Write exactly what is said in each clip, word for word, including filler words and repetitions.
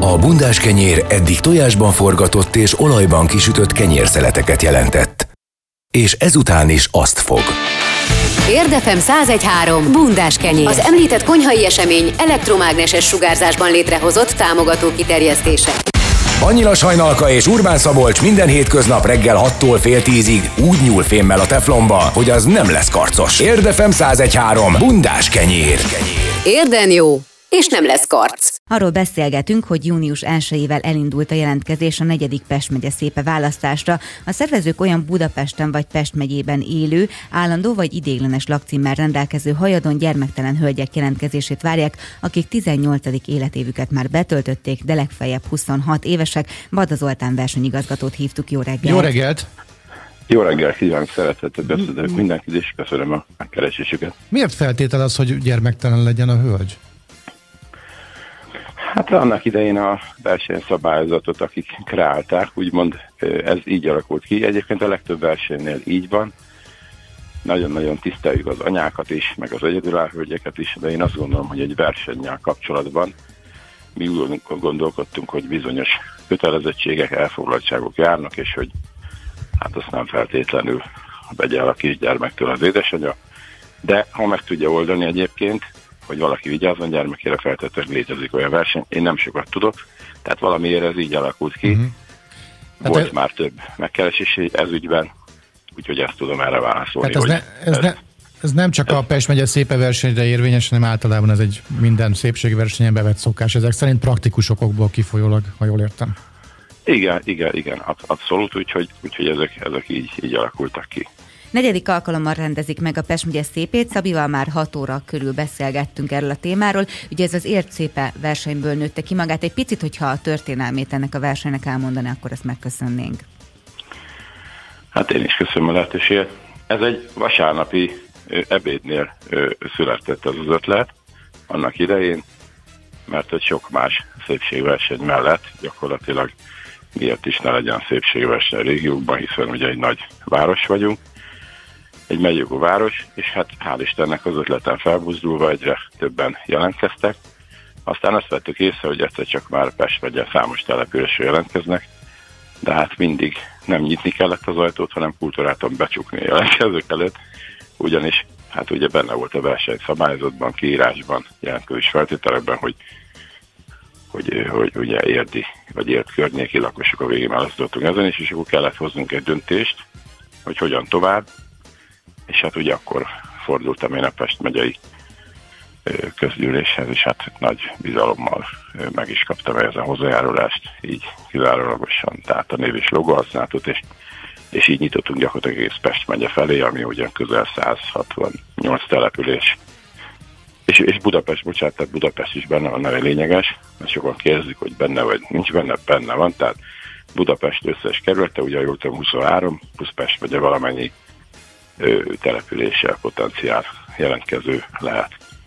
A bundás kenyér eddig tojásban forgatott és olajban kisütött kenyérszeleteket jelentett. És ezután is azt fog. Érdefem száz egy három bundás kenyér. Az említett konyhai esemény elektromágneses sugárzásban létrehozott támogató kiterjesztése. Annyila Sajnalka és Urbán Szabolcs minden hétköznap reggel hattól fél tízig úgy nyúl fémmel a teflonba, hogy az nem lesz karcos. Érdefem száz egy három bundás kenyér. Érden jó, és nem lesz karc. Arról beszélgetünk, hogy június elsejével elindult a jelentkezés a negyedik Pest megye szépe választásra. A szervezők olyan Budapesten vagy Pest megyében élő, állandó vagy ideiglenes lakcímmel rendelkező hajadon gyermektelen hölgyek jelentkezését várják, akik tizennyolcadik életévüket már betöltötték, de legfeljebb huszonhat évesek. Bada Zoltán versenyigazgatót hívtuk. Jó reggelt! Jó reggelt! Jó reggelt kívánok, szeretettel beszélek mindenkit, és köszönöm a megkeresésüket. Miért feltétel az, hogy gyermektelen legyen a hölgy? Hát annak idején a versenyszabályozatot, akik kreálták, úgymond ez így alakult ki. Egyébként a legtöbb versenynél így van. Nagyon-nagyon tiszteljük az anyákat is, meg az egyedülálló hölgyeket is, de én azt gondolom, hogy egy versennyel kapcsolatban mi úgy gondolkodtunk, hogy bizonyos kötelezettségek, elfoglaltságok járnak, és hogy hát azt nem feltétlenül vegye el a kisgyermektől az édesanyja, de ha meg tudja oldani egyébként, hogy valaki vigyázzon gyermekére, feltétlenül létezik olyan verseny. Én nem sokat tudok, tehát valamiért ez így alakult ki. Uh-huh. Volt hát már e... több megkeresés ez ügyben, úgyhogy ezt tudom erre válaszolni. Hát ez, ne, ez, ez, ne, ez nem csak ez... a Pest megye szépe versenyre érvényes, hanem általában ez egy minden szépségversenyen bevett szokás. Ezek szerint praktikus okokból kifolyólag, ha jól értem. Igen, igen, igen, abszolút, úgyhogy, úgyhogy ezek, ezek így, így alakultak ki. Negyedik alkalommal rendezik meg a Pest megye szépét. Szabival már hat óra körül beszélgettünk erről a témáról. Ugye ez az Érd szépe versenyből nőtte ki magát. Egy picit, hogyha a történelmét ennek a versenynek elmondaná, akkor ezt megköszönnénk. Hát én is köszönöm a lehetőséget. Ez egy vasárnapi ebédnél született az az ötlet annak idején, mert hogy sok más szépségverseny mellett gyakorlatilag miért is ne legyen szépségverseny a régiókban, hiszen ugye egy nagy város vagyunk, egy megyőkú város, és hát hál' Istennek az ötleten felbuzdulva egyre többen jelentkeztek. Aztán azt vettük észre, hogy egyszer csak már Pest megye számos településre jelentkeznek, de hát mindig nem nyitni kellett az ajtót, hanem kultúráltan becsukni a jelentkezők előtt, ugyanis hát ugye benne volt a versenyszabályzatban, kiírásban, jelentkezés feltételekben, hogy hogy, hogy ugye érdi, vagy Érd környéki lakosok a végén választottunk ezen is, és akkor kellett hoznunk egy döntést, hogy hogyan tovább, és hát ugye akkor fordultam én a Pest megyei közgyűléshez, és hát nagy bizalommal meg is kaptam ezen hozzájárulást, így kizárólagosan, tehát a név és logo használatot, és, és így nyitottunk gyakorlatilag egész Pest megye felé, ami ugyan közel száz hatvannyolc település. És, és Budapest, bocsánat, tehát Budapest is benne van, nagyon lényeges, mert sokan kérdezik, hogy benne vagy nincs benne, benne van, tehát Budapest összes kerülete, ugye jól tudom huszonhárom, plusz Pest megye valamennyi ö, településsel potenciál jelentkező lehet.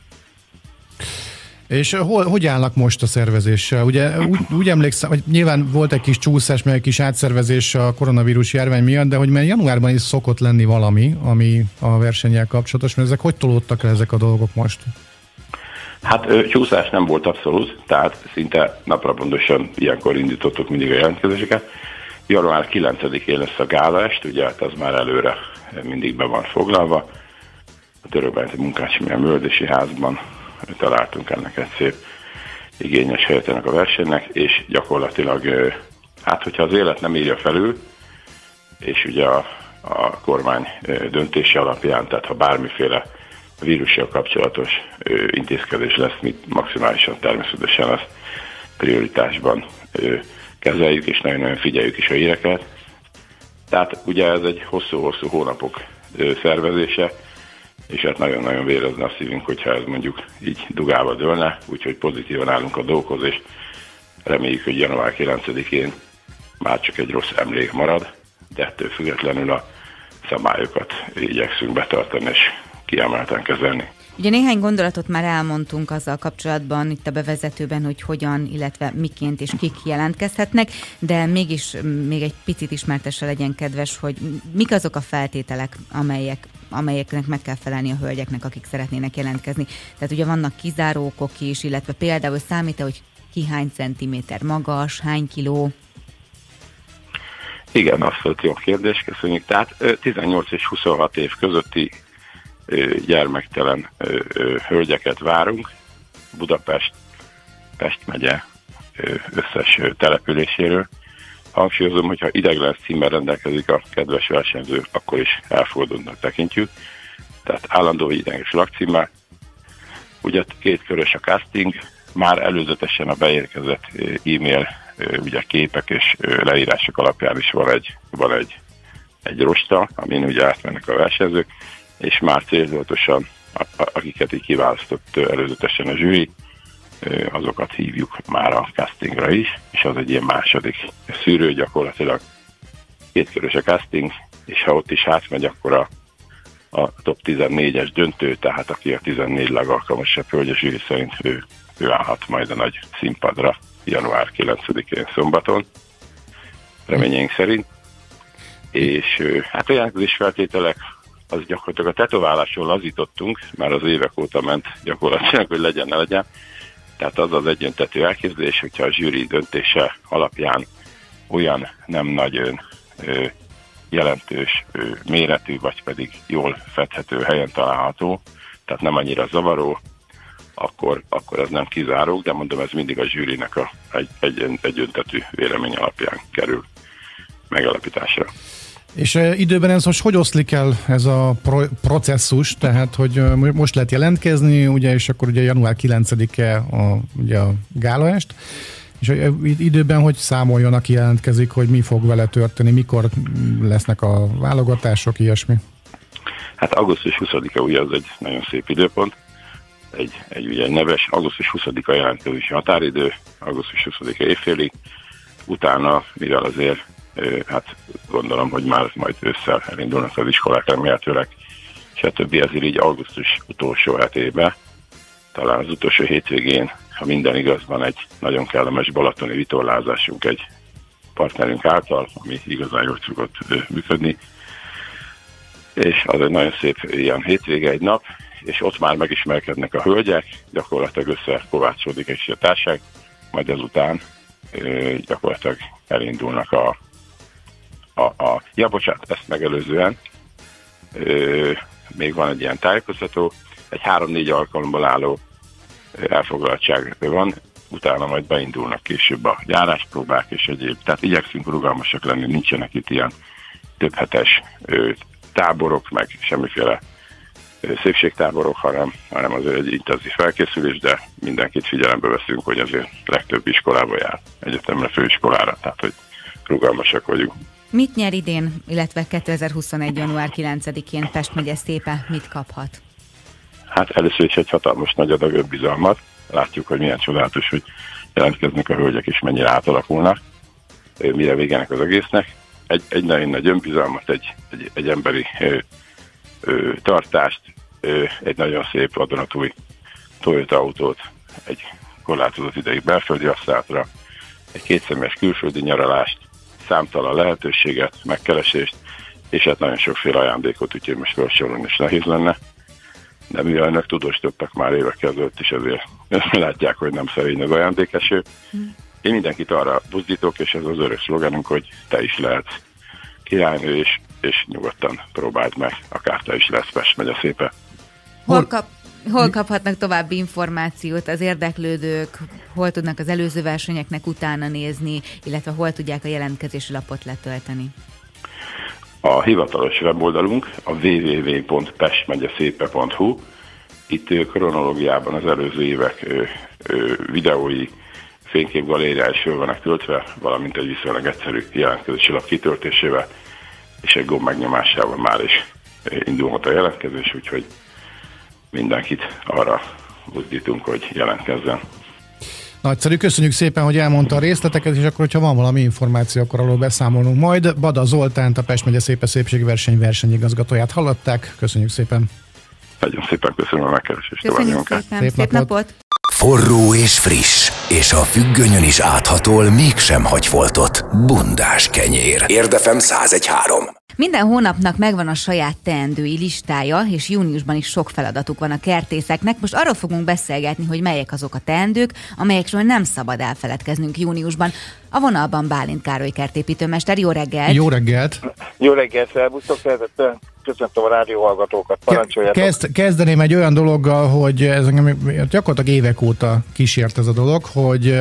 És hol, hogy állnak most a szervezéssel? Ugye úgy, úgy emlékszem, hogy nyilván volt egy kis csúszás, meg egy kis átszervezés a koronavírus járvány miatt, de hogy már januárban is szokott lenni valami, ami a versennyel kapcsolatos, mert ezek hogy tolódtak le ezek a dolgok most? Hát ö, csúszás nem volt abszolút, tehát szinte napra pontosan ilyenkor indítottuk mindig a jelentkezéseket. január kilencedikén lesz a gálaest, ugye hát az már előre mindig be van foglalva. A Törökbányti Munkácsimilyen Művelődési Házban találtunk ennek egy szép igényes helyet ennek a versenynek, és gyakorlatilag, hát hogyha az élet nem írja felül, és ugye a, a kormány döntése alapján, tehát ha bármiféle vírussal kapcsolatos intézkedés lesz, mit maximálisan természetesen ezt prioritásban kezeljük, és nagyon-nagyon figyeljük is a híreket. Tehát ugye ez egy hosszú-hosszú hónapok szervezése, és hát nagyon-nagyon vérezne a szívünk, hogyha ez mondjuk így dugába dőlne, úgyhogy pozitívan állunk a dolgokhoz, és reméljük, hogy január kilencedikén már csak egy rossz emlék marad, de ettől függetlenül a szabályokat igyekszünk betartani és kiemelten kezelni. Ugye néhány gondolatot már elmondtunk azzal kapcsolatban itt a bevezetőben, hogy hogyan, illetve miként és kik jelentkezhetnek, de mégis még egy picit ismertesse legyen kedves, hogy mik azok a feltételek, amelyek, amelyeknek meg kell felelni a hölgyeknek, akik szeretnének jelentkezni. Tehát ugye vannak kizárókok is, illetve például számít-e, hogy ki hány centiméter magas, hány kiló? Igen, abszolút jó kérdés, köszönjük. Tehát tizennyolc és huszonhat év közötti gyermektelen hölgyeket várunk. Budapest, Pest megye összes településéről. Hangsúlyozom, hogyha ideiglenes címmel rendelkezik a kedves versenyző, akkor is elfogadottnak tekintjük. Tehát állandó vagy ideiglenes lakcímmel. Ugye kétkörös a casting, már előzetesen a beérkezett e-mail, ugye képek és leírások alapján is van egy, van egy, egy rosta, amin ugye átmennek a versenyzők, és már célzatosan, akiket így kiválasztott előzetesen a zsűri, azokat hívjuk már a castingra is, és az egy ilyen második szűrő, gyakorlatilag kétkörös a casting, és ha ott is átmegy, akkor a, a top tizennégyes döntő, tehát aki a tizennégy legalkalmasabb hölgy a zsűri szerint ő, ő állhat majd a nagy színpadra január kilencedikén szombaton, reményeink szerint. És hát a jelentkezés feltételek, az gyakorlatilag a tetoválásról lazítottunk, már az évek óta ment gyakorlatilag, hogy legyen, ne legyen. Tehát az az egyöntetű elképzelés, hogyha a zsűri döntése alapján olyan nem nagyon ö, jelentős ö, méretű, vagy pedig jól fedhető helyen található, tehát nem annyira zavaró, akkor, akkor ez nem kizárók, de mondom, ez mindig a zsűrinek a, egy, egy, egy öntetű vélemény alapján kerül megalapításra. És e, időben ez most hogy oszlik el ez a pro- processzus, tehát hogy e, most lehet jelentkezni, ugye, és akkor ugye január kilencedike a, ugye a gálaest, és e, időben hogy számoljon, aki jelentkezik, hogy mi fog vele történni, mikor lesznek a válogatások, ilyesmi? Hát augusztus huszadika ugye az egy nagyon szép időpont, egy, egy ugye neves, augusztus huszadika jelentkezési határidő, augusztus huszadika évfélig, utána, mivel azért hát gondolom, hogy már majd ősszel elindulnak az iskolák remélhetőleg, és a többi azért így augusztus utolsó hetében, talán az utolsó hétvégén, ha minden igaz, van egy nagyon kellemes balatoni vitorlázásunk egy partnerünk által, ami igazán jól szokott működni, és az egy nagyon szép ilyen hétvége, egy nap, és ott már megismerkednek a hölgyek, gyakorlatilag összekovácsolódik egy a társaság, majd ezután gyakorlatilag elindulnak a A, a, ja, bocsánat, ezt megelőzően ö, még van egy ilyen tájékoztató, egy három-négy alkalomból álló elfoglaltság van, utána majd beindulnak később a járáspróbák és egyéb. Tehát igyekszünk rugalmasak lenni, nincsenek itt ilyen több hetes ö, táborok, meg semmiféle ö, szépségtáborok, hanem, hanem azért egy intenzív felkészülés, de mindenkit figyelembe veszünk, hogy azért legtöbb iskolába jár, egyetemre, főiskolára, tehát hogy rugalmasak vagyunk. Mit nyer idén, illetve kétezer-huszonegy. január kilencedikén Pest megye szépe mit kaphat? Hát először is egy hatalmas nagy adag önbizalmat. Látjuk, hogy milyen csodálatos, hogy jelentkeznek a hölgyek, és mennyire átalakulnak, mire végenek az egésznek. Egy, egy nagyon nagy önbizalmat, egy, egy, egy emberi ö, ö, tartást, ö, egy nagyon szép vadonatúj Toyota autót, egy korlátozott ideig belföldi használatra, egy kétszemélyes külföldi nyaralást, számtalan lehetőséget, megkeresést, és hát nagyon sokféle ajándékot, úgyhogy most felsorolni is nehéz lenne. De mivel önök tudósítottak már évekkel ezelőtt is, ezért látják, hogy nem szerény az ajándékeső. Én mindenkit arra buzdítok, és ez az örök szlogenünk, hogy te is lehetsz királynő, és, és nyugodtan próbáld meg, akár te is lesz Pest megye szépe. Hol, kap, hol kaphatnak további információt az érdeklődők, hol tudnak az előző versenyeknek utána nézni, illetve hol tudják a jelentkezési lapot letölteni? A hivatalos weboldalunk a double-u double-u double-u pont pest megye szépe pont hu. Itt kronológiában az előző évek ö, ö, videói, fényképgalériái is föl vannak töltve, valamint egy viszonylag egyszerű jelentkezési lap kitöltésével, és egy gomb megnyomásával már is indulhat a jelentkezés, úgyhogy mindenkit arra buzdítunk, hogy jelentkezzen. Nagyszerű, köszönjük szépen, hogy elmondta a részleteket, és akkor, hogyha van valami információ, akkor arról beszámolunk majd. Bada Zoltánt, a Pest megye szépe szépségverseny versenyigazgatóját hallották. Köszönjük szépen. Nagyon szépen köszönöm a megkeresést. Köszönjük szépen, szép, szép napot. napot. Forró és friss, és a függönyön is áthatol, mégsem hagy foltot. Bundás kenyér. Érdefem száz egy három. Minden hónapnak megvan a saját teendői listája, és júniusban is sok feladatuk van a kertészeknek. Most arról fogunk beszélgetni, hogy melyek azok a teendők, amelyekről nem szabad elfeledkeznünk júniusban. A vonalban Bálint Károly kertépítőmester. Jó reggelt! Jó reggelt! Jó reggelt, szervusztok, szeretettel köszöntöm a rádióhallgatókat, parancsoljatok. Kezd, kezdeném egy olyan dologgal, hogy ez gyakorlatilag évek óta kísért ez a dolog, hogy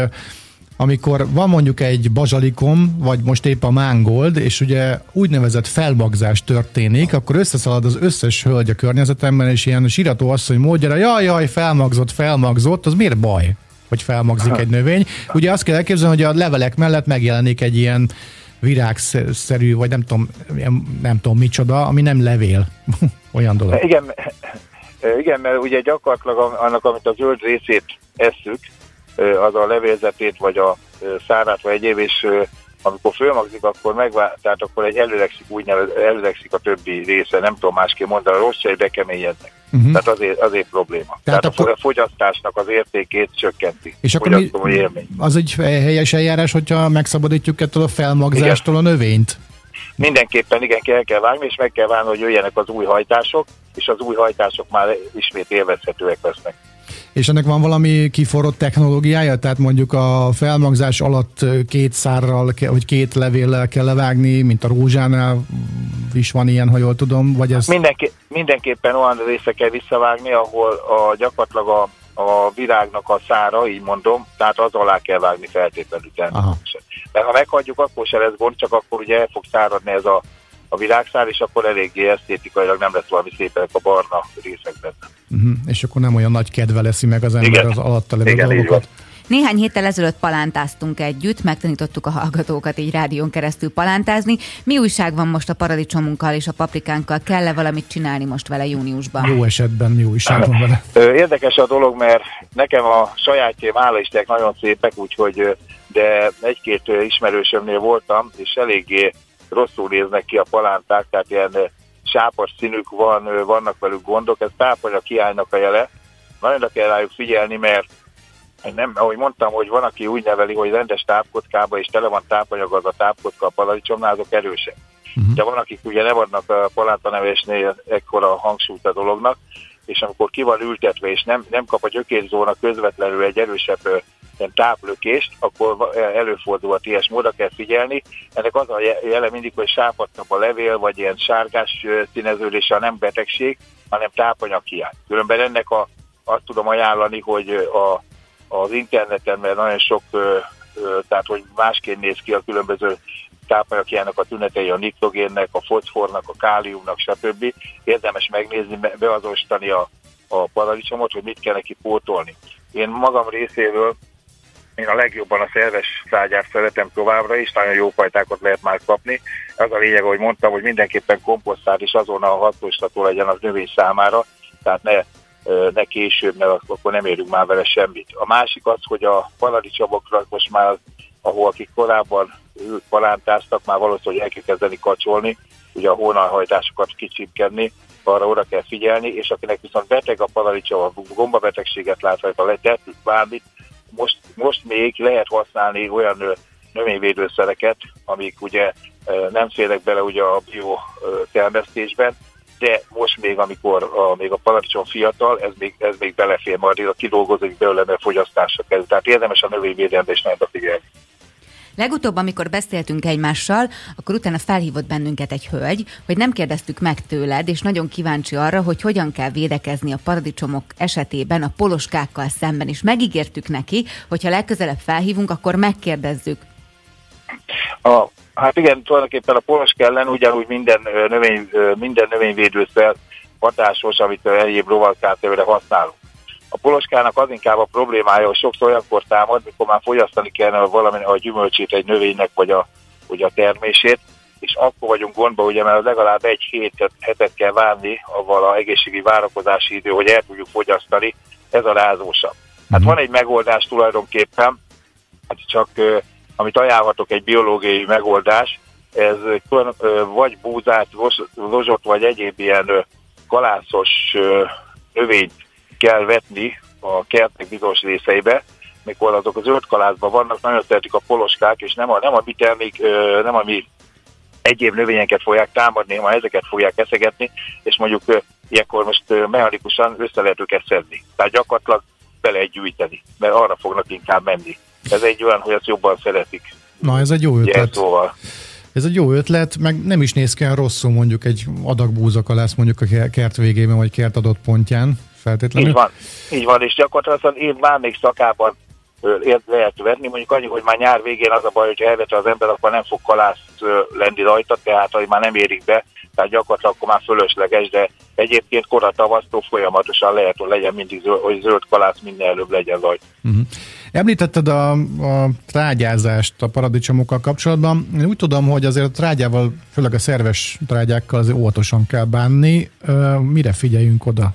amikor van mondjuk egy bazsalikom, vagy most épp a mángold, és ugye úgynevezett felmagzás történik, akkor összeszalad az összes hölgy a környezetemben, és ilyen sírató asszony módjára, jaj, jaj, felmagzott, felmagzott, az miért baj, hogy felmagzik egy növény? Ugye azt kell elképzelni, hogy a levelek mellett megjelenik egy ilyen virágszerű, vagy nem tudom, nem tudom micsoda, ami nem levél. Olyan dolog. Igen, igen, mert ugye gyakorlatilag annak, amit a zöld részét esszük, az a levélzetét, vagy a szárát, vagy egyéb, és amikor fölmagzik, akkor megvá- tehát akkor egy előregszik, úgynevezett előregszik a többi része, nem tudom másképp mondani, a rossz sejt bekeményednek. Uh-huh. Tehát azért, azért probléma. Tehát, tehát akkor a fogyasztásnak az értékét csökkenti. És akkor mi, az egy helyes eljárás, hogyha megszabadítjuk ettől a felmagzástól igen. a növényt? Mindenképpen igen, kell, kell vágni, és meg kell várni, hogy jöjjenek az új hajtások, és az új hajtások már ismét élvezhetőek lesznek. És ennek van valami kiforrott technológiája? Tehát mondjuk a felmagzás alatt két szárral, vagy két levéllel kell levágni, mint a rózsánál is van ilyen, ha jól tudom, vagy ez... Mindenki, mindenképpen olyan része kell visszavágni, ahol a, gyakorlatilag a, a virágnak a szára, így mondom, tehát az alá kell vágni feltétlenül természetesen. De ha meghagyjuk, akkor se lesz gond, csak akkor ugye el fog száradni ez a a virágszár, és akkor eléggé esztétikailag nem lesz valami szépen a barna részekben. Uh-huh. És akkor nem olyan nagy kedve leszi meg az ember igen. az alatta levő igen, dolgokat. Néhány héttel ezelőtt palántáztunk együtt, megtanítottuk a hallgatókat így rádión keresztül palántázni. Mi újság van most a paradicsomunkkal és a paprikánkkal? Kell-e valamit csinálni most vele júniusban? Jó esetben mi újság van vele? Érdekes a dolog, mert nekem a sajátjaim, hála Istennek nagyon szépek, úgyhogy de egy-két ismerősömnél voltam, és eléggé rosszul néznek ki a palánták, tehát ilyen sápas színük van, vannak velük gondok, ez tápanyag hiánynak a jele. Nagyon kell rájuk figyelni, mert nem, ahogy mondtam, hogy van, aki úgy neveli, hogy rendes tápkockába, és tele van tápanyag, az a tápkocka a paradicsomnál, azok erősek. Uh-huh. De van, akik ugye nem adnak a palántanevésnél ekkora hangsúlyt a dolognak, és amikor ki van ültetve, és nem, nem kap a gyökérzóna közvetlenül egy erősebb ilyen táplökést, akkor előfordulhat ilyes módra kell figyelni. Ennek az a jele mindig, hogy sápadtabb a levél, vagy ilyen sárgás színeződése, nem betegség, hanem tápanyag hiány. Különben ennek a, azt tudom ajánlani, hogy a, az interneten, mert nagyon sok, tehát hogy másként néz ki a különböző tápanyaghiánynak a tünetei, a nitrogénnek, a foszfornak, a káliumnak, stb. Érdemes megnézni, beazonosítani a, a paradicsomot, hogy mit kell neki pótolni. Én magam részéről én a legjobban a szerves trágyát szeretem továbbra is, nagyon jó fajtákat lehet már kapni. Az a lényeg, ahogy mondtam, hogy mindenképpen komposztát is azonnal hasznosítható legyen az növény számára, tehát ne, ne később, mert akkor nem érünk már vele semmit. A másik az, hogy a paradicsomokra most már, ahol akik korábban ők palántáztak, már valószínűleg el kell kezdeni kacsolni, ugye a hónalhajtásokat kicsipkedni, arra oda kell figyelni, és akinek viszont beteg a paradicsom, a gombabetegséget lát rajta, letettük bármit, most, most még lehet használni olyan növényvédőszereket, amik ugye nem férnek bele ugye a biotermesztésben, de most még, amikor a, még a paradicsom fiatal, ez még, ez még belefér, majd a kidolgozik belőle, mert fogyasztásra kerül. Tehát érdemes a növényvédelemre is nagyon figyelni. Legutóbb, amikor beszéltünk egymással, akkor utána felhívott bennünket egy hölgy, hogy nem kérdeztük meg tőled, és nagyon kíváncsi arra, hogy hogyan kell védekezni a paradicsomok esetében a poloskákkal szemben, és megígértük neki, hogyha legközelebb felhívunk, akkor megkérdezzük. A, hát igen, tulajdonképpen a poloska ellen ugyanúgy minden, növény, minden növényvédőszer hatásos, amit egyéb rovarkártevőre használunk. A poloskának az inkább a problémája, hogy sokszor olyankor támad, mikor már fogyasztani kellene valami a gyümölcsét egy növénynek, vagy a, vagy a termését, és akkor vagyunk gondba, ugye, mert legalább egy hét, hetet kell várni, avval az egészségi várakozási idő, hogy el tudjuk fogyasztani, ez a rázósabb. Hát van egy megoldás tulajdonképpen, hát csak amit ajánlhatok, egy biológiai megoldás, ez vagy búzát, rozsot, vagy egyéb ilyen kalászos növényt kell vetni a kertek bizonyos részeibe, mikor azok az zöld kalászban vannak, nagyon szeretik a poloskák, és nem a, nem a mi termék, nem a mi egyéb növényeket fogják támadni, ha ezeket fogják eszegetni, és mondjuk ilyenkor most mechanikusan össze lehet őket szedni. Tehát gyakorlatilag be lehet gyűjteni, mert arra fognak inkább menni. Ez egy olyan, hogy ezt jobban szeretik. Na, ez egy jó ötlet. Jelszóval. Ez egy jó ötlet, meg nem is néz ki olyan rosszul mondjuk egy adag búzakalász mondjuk a kert végében, vagy kert adott pontján feltétlenül. Így van, így van, és gyakorlatilag én már még szakában lehet venni, mondjuk annyi, hogy már nyár végén az a baj, hogy elvette az ember, akkor nem fog kalász lenni rajta, tehát hogy már nem érik be, tehát gyakorlatilag akkor már fölösleges, de egyébként kora tavasztól folyamatosan lehet, hogy legyen mindig zöld, hogy zöld kalász minél előbb legyen rajta. Uh-huh. Említetted a, a trágyázást a paradicsomokkal kapcsolatban. Én úgy tudom, hogy azért a trágyával, főleg a szerves trágyákkal azért óvatosan kell bánni. Mire figyeljünk oda?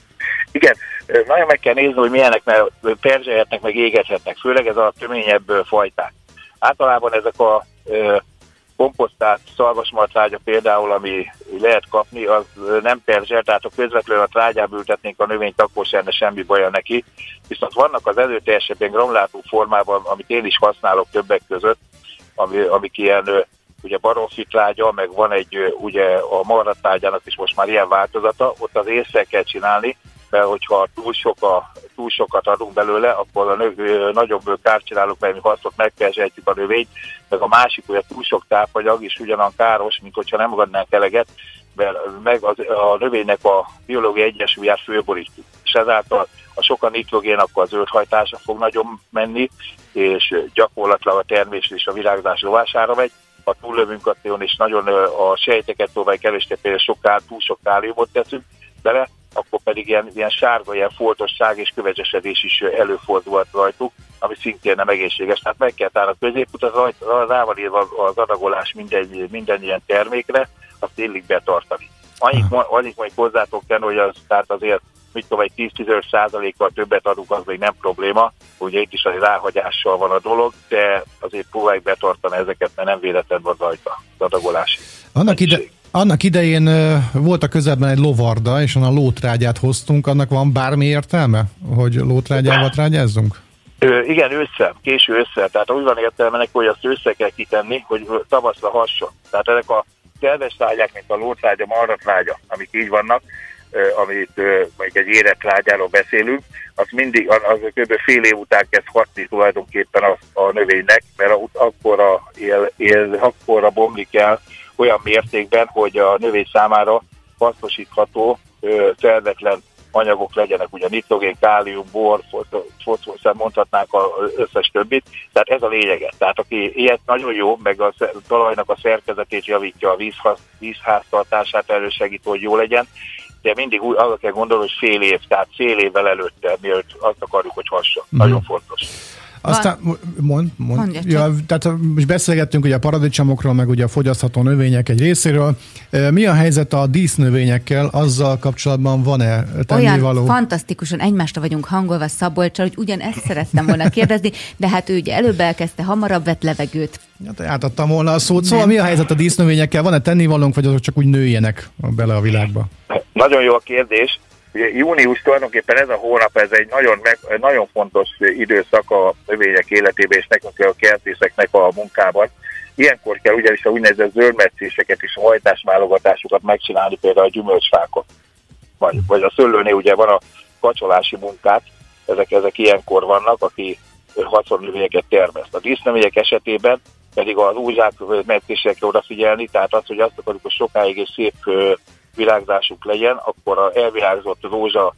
Igen, nagyon meg kell nézni, hogy milyenek, mert perzselhetnek, meg égethetnek, főleg ez a töményebb fajták. Általában ezek a e, komposztált szarvasmartrágya például, ami lehet kapni, az nem perzsel, tehát ha közvetlenül a trágyába ültetnénk a növényt, akkor sem lenne semmi baja neki. Viszont vannak az előteljesebben granulátú formában, amit én is használok többek között, ami, amik ilyen ugye baromfi trágya, meg van egy ugye a marratrágyának is most már ilyen változata, ott az észre kell csinálni, mert hogyha túl, sok a, túl sokat adunk belőle, akkor a növ, nagyobb kárt csinálunk, mert mi hasznot megperzseltjük a növényt, meg a másik, hogy a túl sok tápanyag is ugyanan káros, mint hogyha nem adnánk eleget, mert meg az, a növénynek a biológiai egyensúlyát fölborítjuk. És ezáltal a sokan nitrogén, akkor az zöldhajtása fog nagyon menni, és gyakorlatilag a termés és a virágzás rovására megy. Ha túllövünk a tion, és nagyon a sejteket próbáljuk erősíteni, például sokkal, túl sok káliumot teszünk bele, akkor pedig ilyen, ilyen sárga, ilyen foltosság és kövecsesedés is előfordulhat rajtuk, ami szintén nem egészséges. Tehát meg kell tárni a középutat, rá van írva az adagolás minden, minden ilyen termékre, azt illik betartani. Annyit, annyit majd hozzátok tenni, hogy az, tehát azért mit tudom, egy tíz-tizenöt százalékkal többet adunk, az még nem probléma. Ugye itt is az ráhagyással van a dolog, de azért próbáljuk betartani ezeket, mert nem véletlen van rajta az adagolás. Annak, ide, annak idején uh, volt a közelben egy lovarda, és onnan lótrágyát hoztunk. Annak van bármi értelme, hogy lótrágyával trágyázzunk? Ö, igen, ősszel, késő ősszel. Tehát úgy van értelme neki, hogy azt ősszel kell kitenni, hogy tavaszra hasson. Tehát ezek a szerves trágyák, mint a lótrágya, marratrágya, amik így vannak, amit még egy érett trágyáról beszélünk, az mindig, az kb. Fél év után kezd hatni tulajdonképpen a, a növénynek, mert akkora, él, él, akkora bomlik el olyan mértékben, hogy a növény számára hasznosítható, szervetlen anyagok legyenek, ugye nitrogén, kálium, bor, foszfor, mondhatnánk az összes többit, tehát ez a lényege. Tehát aki ilyet nagyon jó, meg a talajnak a szerkezetét javítja, a vízház, vízháztartását elősegít, hogy jó legyen, de mindig úgy arra kell gondolni, hogy fél év, tehát fél évvel előtte, mielőtt azt akarjuk, hogy hasson. Mm. Nagyon fontos. Aztán, mond, mond. Ja, tehát most beszélgettünk ugye a paradicsomokról, meg ugye a fogyasztható növények egy részéről. Mi a helyzet a dísznövényekkel? Azzal kapcsolatban van-e tennivaló? Olyan fantasztikusan egymásra vagyunk hangolva Szabolccsal, hogy ugyanezt szerettem volna kérdezni, de hát ő ugye előbb elkezdte, hamarabb vett levegőt. Hát átadtam volna a szót. Szóval mi a helyzet a dísznövényekkel? Van-e tennivalónk, vagy azok csak úgy nőjenek bele a világba? Nagyon jó a kérdés. Június tulajdonképpen ez a hónap, ez egy nagyon, meg, nagyon fontos időszak a növények életében, és nekünk a kertészeknek a munkában. Ilyenkor kell ugyanis a úgynevezett zöldmetszéseket és a hajtásválogatásokat megcsinálni, például a gyümölcsfákon. Vagy, vagy a szőlőnél ugye van a kacsolási munkát, ezek, ezek ilyenkor vannak, aki haszonnövényeket termeszt. A dísznövények esetében pedig az újzsák metszésekre odafigyelni, tehát az, hogy azt akarjuk, hogy sokáig és szép virágzásuk legyen, akkor a elvirágzott rózsa,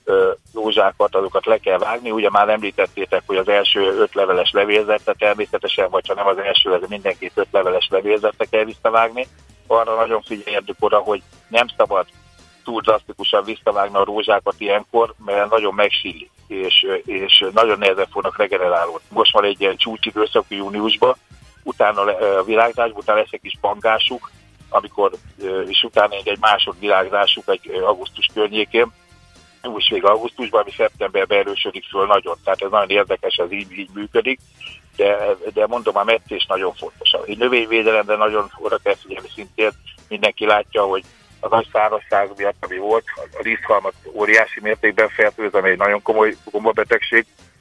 rózsákat, azokat le kell vágni. Ugye már említettétek, hogy az első öt leveles levélzettet természetesen, vagy ha nem az első, ez mindenkit öt leveles levélzettet kell visszavágni. Arra nagyon figyeljünk oda, hogy nem szabad túl drasztikusan visszavágni a rózsákat ilyenkor, mert nagyon megsillik, és, és nagyon nehezen fognak regenerálódni. Most van egy ilyen csúcsidőszak júniusban, utána a virágzásban, utána lesz egy kis pangásuk, amikor, és utána egy másodvirágzásuk egy augusztus környékén, úgy még augusztusban, ami szeptemberben erősödik föl nagyon. Tehát ez nagyon érdekes, ez így, így működik, de, de mondom, a metszés nagyon fontos. A növényvédelemre nagyon oda kell figyelni szintén, mindenki látja, hogy a nagy szárazság miatt, ami volt, a liszthalmat óriási mértékben fertőz, ami egy nagyon komoly gombabetegség,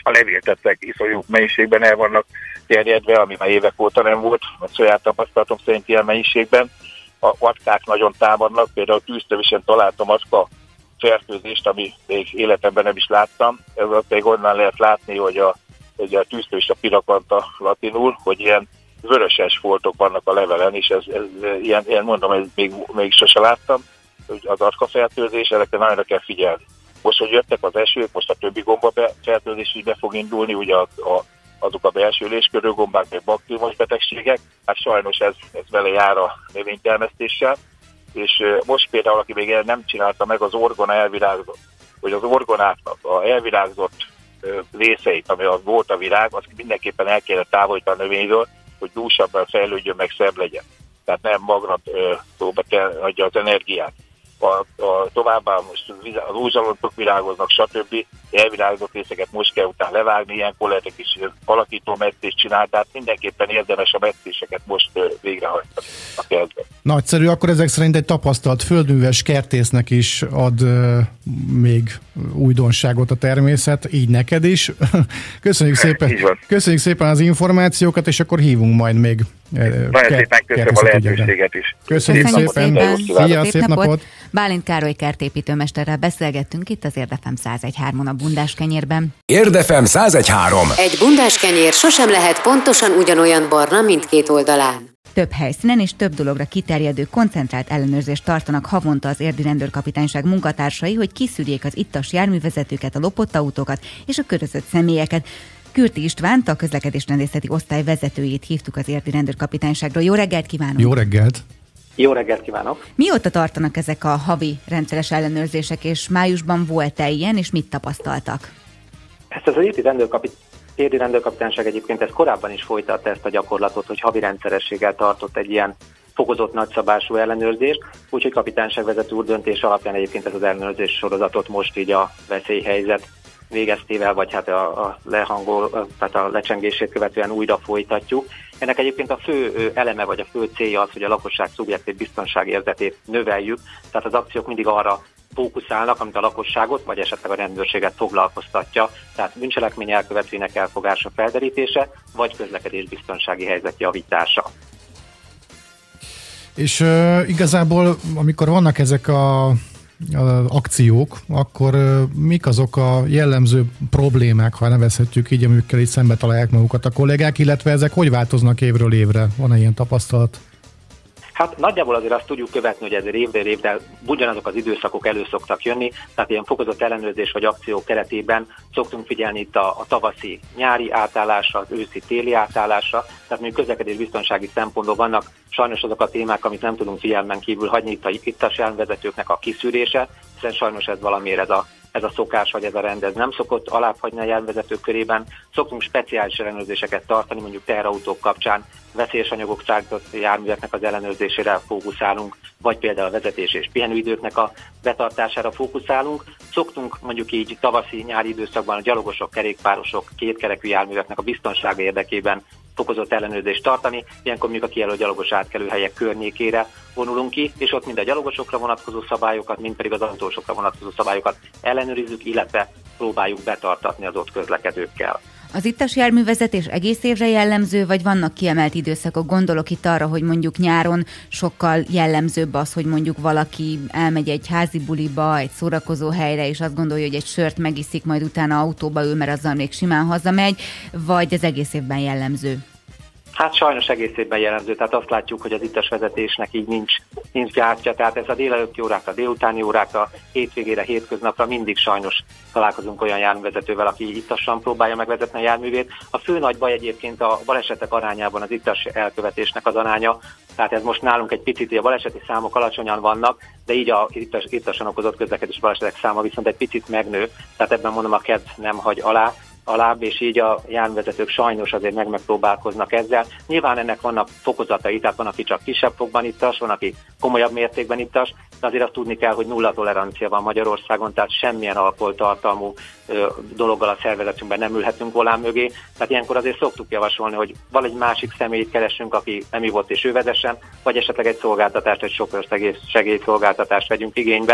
a levéltettek iszonyú mennyiségben el vannak terjedve, ami már évek óta nem volt, mert saját tapasztalatom szerint ilyen mennyiségben. A mackák nagyon támadnak, például tűztövisen találtam macska fertőzést, ami még életemben nem is láttam. Ez pedig onnan lehet látni, hogy a, hogy a tűztövis a pirakanta latinul, hogy ilyen vöröses foltok vannak a levelen, és ez, ez ilyen, ilyen mondom, ez még, még sose láttam, hogy az acskafertőzés, ezekre nagyon kell figyelni. Most, hogy jöttek az esők, most a többi gomba fertőzés is be fog indulni, ugye a, a, azok a belső léskörőgombák, meg baktériumos betegségek, hát sajnos ez, ez vele jár a növénytermesztéssel, és most például, aki még nem csinálta meg az orgona elvirágzott, hogy az orgonáknak a elvirágzott részeit, ami az volt a virág, azt mindenképpen el kéne távolítani a növényről, hogy dúsabban fejlődjön, meg szebb legyen. Tehát nem magnat szóba adja az energiát. A, a, továbbá most az újzalontok virágoznak, stb. Elvirágozott részeket most kell utána levágni, ilyenkor lehet egy kis alakító metszést csinálni, tehát mindenképpen érdemes a metszéseket most végrehajtani a kertben. Nagyszerű, akkor ezek szerint egy tapasztalt földműves kertésznek is ad uh, még újdonságot a természet, így neked is. Köszönjük szépen, köszönjük szépen az információkat, és akkor hívunk majd még Nagyon kert, szépen köszönöm a lehetőséget is. Köszönjük, köszönjük szépen, szépen. Szia, szép, szép napot. napot! Bálint Károly kertépítőmesterrel beszélgettünk itt az Érdefem száz egy három a Bundás kenyérben. Érdefem száz egy három. Egy bundás kenyér sosem lehet pontosan ugyanolyan barna mindkét oldalán. Több helyszínen és több dologra kiterjedő koncentrált ellenőrzést tartanak havonta az érdi rendőrkapitányság munkatársai, hogy kiszűrjék az ittas járművezetőket, a lopott autókat és a körözött személyeket. Kürti Istvánt, a közlekedésrendészeti osztály vezetőjét hívtuk az érdi rendőrkapitányságról. Jó reggelt kívánok! Jó reggelt! Jó reggelt kívánok! Mióta tartanak ezek a havi rendszeres ellenőrzések, és májusban volt-e ilyen, és mit tapasztaltak? Ezt az érdi rendőrkapitányság Érdi rendőrkapitányság egyébként ez korábban is folytatta ezt a gyakorlatot, hogy havi rendszerességgel tartott egy ilyen fokozott nagyszabású ellenőrzést, úgyhogy kapitányságvezető úr döntés alapján egyébként ez az ellenőrzés sorozatot most így a veszélyhelyzet végeztével, vagy hát a, a lehangol, tehát a lecsengését követően újra folytatjuk. Ennek egyébként a fő eleme, vagy a fő célja az, hogy a lakosság szubjektív biztonságérzetét növeljük, tehát az akciók mindig arra fókuszálnak, amit a lakosságot, vagy esetleg a rendőrséget foglalkoztatja, tehát bűncselekmény elkövetőinek elfogása, felderítése, vagy közlekedésbiztonsági helyzet javítása. És uh, igazából, amikor vannak ezek a, a akciók, akkor uh, mik azok a jellemző problémák, ha nevezhetjük így, amikkel itt szembe találják magukat a kollégák, illetve ezek hogy változnak évről évre? Van-e ilyen tapasztalat? Hát nagyjából azért azt tudjuk követni, hogy ezért évről évre ugyanazok az időszakok elő szoktak jönni, tehát ilyen fokozott ellenőrzés vagy akciók keretében szoktunk figyelni itt a, a tavaszi nyári átállásra, az őszi téli átállásra, tehát még közlekedésbiztonsági szempontból vannak sajnos azok a témák, amit nem tudunk figyelmen kívül hagyni, itt a ittas járművezetőknek a kiszűrése, hiszen sajnos ez valamiért ez a ez a szokás, vagy ez a rend, ez nem szokott alábbhagyni a járművezetők körében. Szoktunk speciális ellenőrzéseket tartani, mondjuk teherautók kapcsán veszélyes anyagok szállított járműveknek az ellenőrzésére fókuszálunk, vagy például a vezetés és pihenőidőknek a betartására fókuszálunk. Szoktunk mondjuk így tavaszi-nyári időszakban a gyalogosok, kerékpárosok, kétkerekű járműveknek a biztonsága érdekében fokozott ellenőrzést tartani, ilyenkor mondjuk a kijelölt gyalogos átkelőhelyek környékére vonulunk ki, és ott mind a gyalogosokra vonatkozó szabályokat, mind pedig az autósokra vonatkozó szabályokat ellenőrizzük, illetve próbáljuk betartatni az ott közlekedőkkel. Az ittas járművezetés egész évre jellemző, vagy vannak kiemelt időszakok? Gondolok itt arra, hogy mondjuk nyáron sokkal jellemzőbb az, hogy mondjuk valaki elmegy egy házi buliba, egy szórakozó helyre, és azt gondolja, hogy egy sört megiszik, majd utána autóba ül, mert azzal még simán hazamegy, vagy az egész évben jellemző? Hát sajnos egész évben jellemző, tehát azt látjuk, hogy az ittas vezetésnek így nincs, nincs gyártja, tehát ez a délelőtti órákra, délutáni órákra, hétvégére, hétköznapra mindig sajnos találkozunk olyan járművezetővel, aki ittasan próbálja megvezetni a járművét. A fő nagy baj egyébként a balesetek arányában az ittas elkövetésnek az aránya, tehát ez most nálunk egy picit, a baleseti számok alacsonyan vannak, de így a ittas, ittasan okozott közlekedés balesetek száma viszont egy picit megnő, tehát ebben mondom a kedv nem hagy alá. alább, és így a járművezetők sajnos azért meg megpróbálkoznak ezzel. Nyilván ennek vannak fokozatai, tehát van, aki csak kisebb fogban ittas, van, aki komolyabb mértékben ittas, de azért azt tudni kell, hogy nulla tolerancia van Magyarországon, tehát semmilyen alkoholtartalmú ö, dologgal a szervezetünkben nem ülhetünk volán mögé. Tehát ilyenkor azért szoktuk javasolni, hogy valahogy másik személyt keresünk, aki nem ivott és ő vezessen, vagy esetleg egy szolgáltatást, egy sofőr segélyszolgáltatást vegyünk igénybe,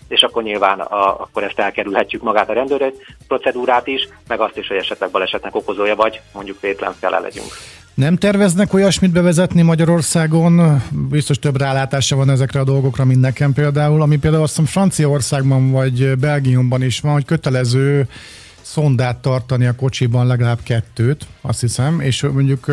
és akkor nyilván a, akkor ezt elkerülhetjük magát a rendőri procedúrát is, meg azt is, hogy esetleg balesetnek okozója vagy, mondjuk vétlenfele legyünk. Nem terveznek olyasmit bevezetni Magyarországon? Biztos több rálátása van ezekre a dolgokra, mint nekem például, ami például azt hiszem Franciaországban vagy Belgiumban is van, hogy kötelező szondát tartani a kocsiban, legalább kettőt, azt hiszem, és mondjuk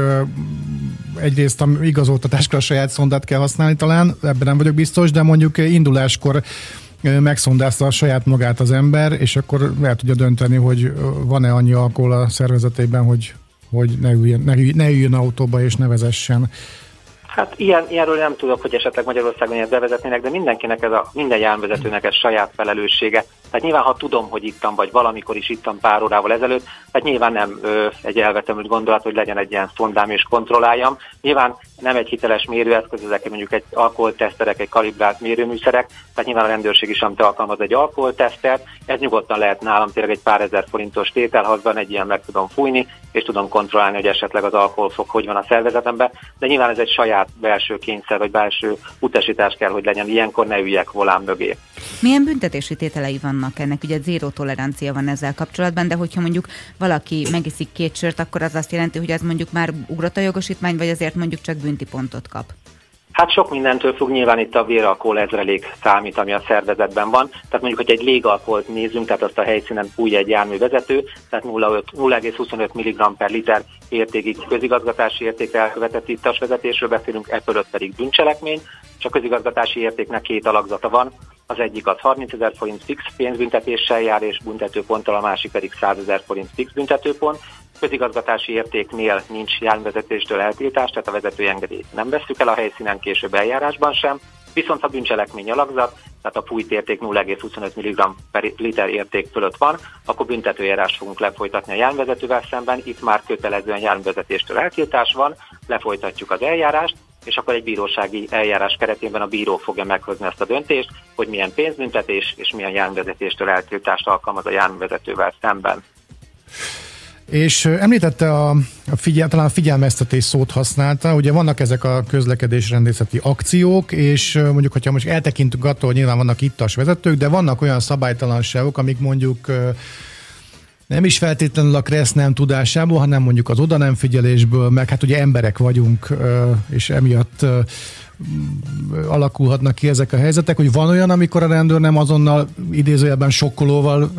egyrészt igazoltatáskor a saját szondát kell használni talán, ebben nem vagyok biztos, de mondjuk induláskor megszondázta a saját magát az ember, és akkor el tudja dönteni, hogy van-e annyi alkohol a szervezetében, hogy hogy ne üljön, ne, üljön, ne üljön autóba és ne vezessen. Hát ilyen, ilyenről nem tudok, hogy esetleg Magyarországon ilyet bevezetnének, de mindenkinek ez a, minden járművezetőnek ez saját felelőssége. Tehát nyilván, ha tudom, hogy ittam, vagy valamikor is ittam pár órával ezelőtt, tehát nyilván nem ö, egy elvetemült gondolat, hogy legyen egy ilyen szondám és kontrolláljam. Nyilván nem egy hiteles mérőeszköz, ezek mondjuk egy alkoholteszterek, egy kalibrált mérőműszerek, tehát nyilván a rendőrség is, amit alkalmaz egy alkoholtesztert, ez nyugodtan lehet nálam tényleg egy pár ezer forintos tételhazban, egy ilyen meg tudom fújni, és tudom kontrollálni, hogy esetleg az alkoholfok hogy van a szervezetemben, de nyilván ez egy saját belső kényszer, vagy belső utasítás kell, hogy legyen, ilyenkor ne üljek volán mögé. Milyen büntetési tételei vannak ennek? Ugye zéró tolerancia van ezzel kapcsolatban, de hogyha mondjuk valaki megiszik két sört, akkor az azt jelenti, hogy az mondjuk már ugrott a jogosítvány, vagy azért mondjuk csak büntipontot kap? Hát sok mindentől függ, nyilván itt a véralkohol ezrelék számít, ami a szervezetben van. Tehát mondjuk, hogy egy légalkoholt nézzünk, tehát azt a helyszínen fújja egy járművezető, tehát nulla egész huszonöt milligramm per liter értékig közigazgatási értékre elkövetett ittas vezetésről beszélünk, e fölött pedig bűncselekmény, és a közigazgatási értéknek két alakzata van. Az egyik az harmincezer forint fix pénzbüntetéssel jár, és büntetőponttal, a másik pedig százezer forint fix büntetőpont. Közigazgatási értéknél nincs járművezetéstől eltiltás, tehát a vezetői engedélyt nem vesszük el a helyszínen, később eljárásban sem. Viszont ha bűncselekmény alakzat, tehát a fújt érték nulla egész huszonöt milligramm per liter érték fölött van, akkor büntetőjárást fogunk lefolytatni a járművezetővel szemben. Itt már kötelezően járművezetéstől eltiltás van, lefolytatjuk az eljárást, és akkor egy bírósági eljárás keretében a bíró fogja meghozni ezt a döntést, hogy milyen pénzbüntetés és milyen járművezetéstől eltiltást alkalmaz a járművezetővel szemben. És említette a, a, figyel, talán a figyelmeztetés szót használta, ugye vannak ezek a közlekedésrendészeti akciók, és mondjuk, hogyha most eltekintünk attól, hogy nyilván vannak ittas vezetők, de vannak olyan szabálytalanságok, amik mondjuk nem is feltétlenül a kressz nem tudásából, hanem mondjuk az oda nem figyelésből, meg hát ugye emberek vagyunk, és emiatt alakulhatnak ki ezek a helyzetek, hogy van olyan, amikor a rendőr nem azonnal idézőjelben sokkolóval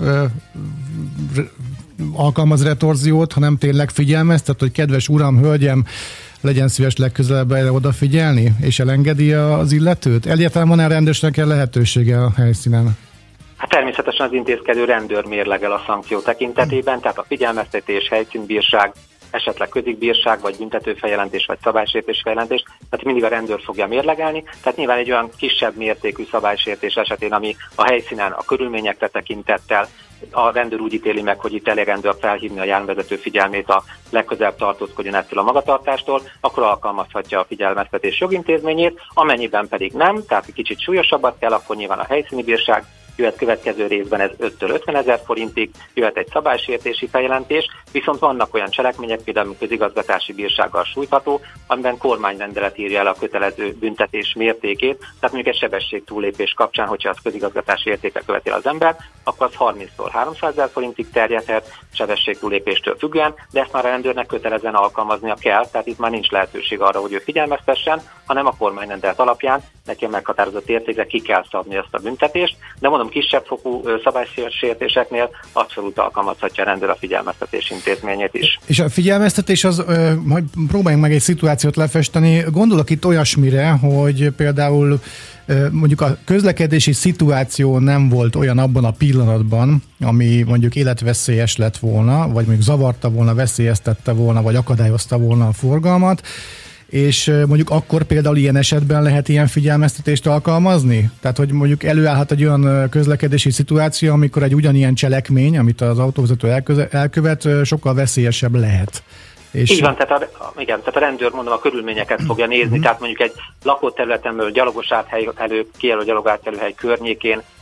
alkalmaz retorziót, hanem tényleg figyelmeztet, hogy kedves uram, hölgyem, legyen szíves legközelebb erre odafigyelni, és elengedi az illetőt? Egyáltalán van-e a rendőrségnek lehetősége a helyszínen? Hát természetesen az intézkedő rendőr mérlegel a szankció tekintetében, tehát a figyelmeztetés, helyszínbírság, esetleg közigbírság, vagy büntetőfeljelentés, vagy szabálysértés feljelentés, tehát mindig a rendőr fogja mérlegelni, tehát nyilván egy olyan kisebb mértékű szabálysértés esetén, ami a helyszínen a körülményekre tekintettel, a rendőr úgy ítéli meg, hogy itt elegendő felhívni a járművezető figyelmét, a legközelebb tartózkodjon ettől a magatartástól, akkor alkalmazhatja a figyelmeztetés jogintézményét, amennyiben pedig nem, tehát egy kicsit súlyosabbat kell, akkor nyilván a helyszíni bírság, jöhet következő részben ez öttől ötvenezer forintig, jöhet egy szabálysértési feljelentés, viszont vannak olyan cselekmények, például közigazgatási bírsággal sújtható, amiben kormányrendelet írja el a kötelező büntetés mértékét, tehát mondjuk egy sebességtúllépés kapcsán, hogyha az közigazgatási értékre követi az ember, akkor az harminctól háromszázezer forintig terjedhet sebességtúllépéstől függően, de ezt már a rendőrnek kötelezően alkalmaznia kell, tehát itt már nincs lehetőség arra, hogy ő figyelmeztessen, hanem a kormányrendelet alapján neki a meghatározott értékre ki kell szabni ezt a büntetést, de mondom, kisebb fokú szabálysértéseknél abszolút alkalmazhatja a rendőr a figyelmeztetés intézményét is. És a figyelmeztetés az, hogy próbáljunk meg egy szituációt lefesteni, gondolok itt olyasmire, hogy például mondjuk a közlekedési szituáció nem volt olyan abban a pillanatban, ami mondjuk életveszélyes lett volna, vagy mondjuk zavarta volna, veszélyeztette volna, vagy akadályozta volna a forgalmat, és mondjuk akkor például ilyen esetben lehet ilyen figyelmeztetést alkalmazni? Tehát, hogy mondjuk előállhat egy olyan közlekedési szituáció, amikor egy ugyanilyen cselekmény, amit az autóvezető elkövet, sokkal veszélyesebb lehet. És így van, tehát a, igen, tehát a rendőr, mondom, a körülményeket fogja nézni, uh-huh. tehát mondjuk egy lakott területemről gyalogos áthely elő, kijelölt gyalogátkelőhely környékén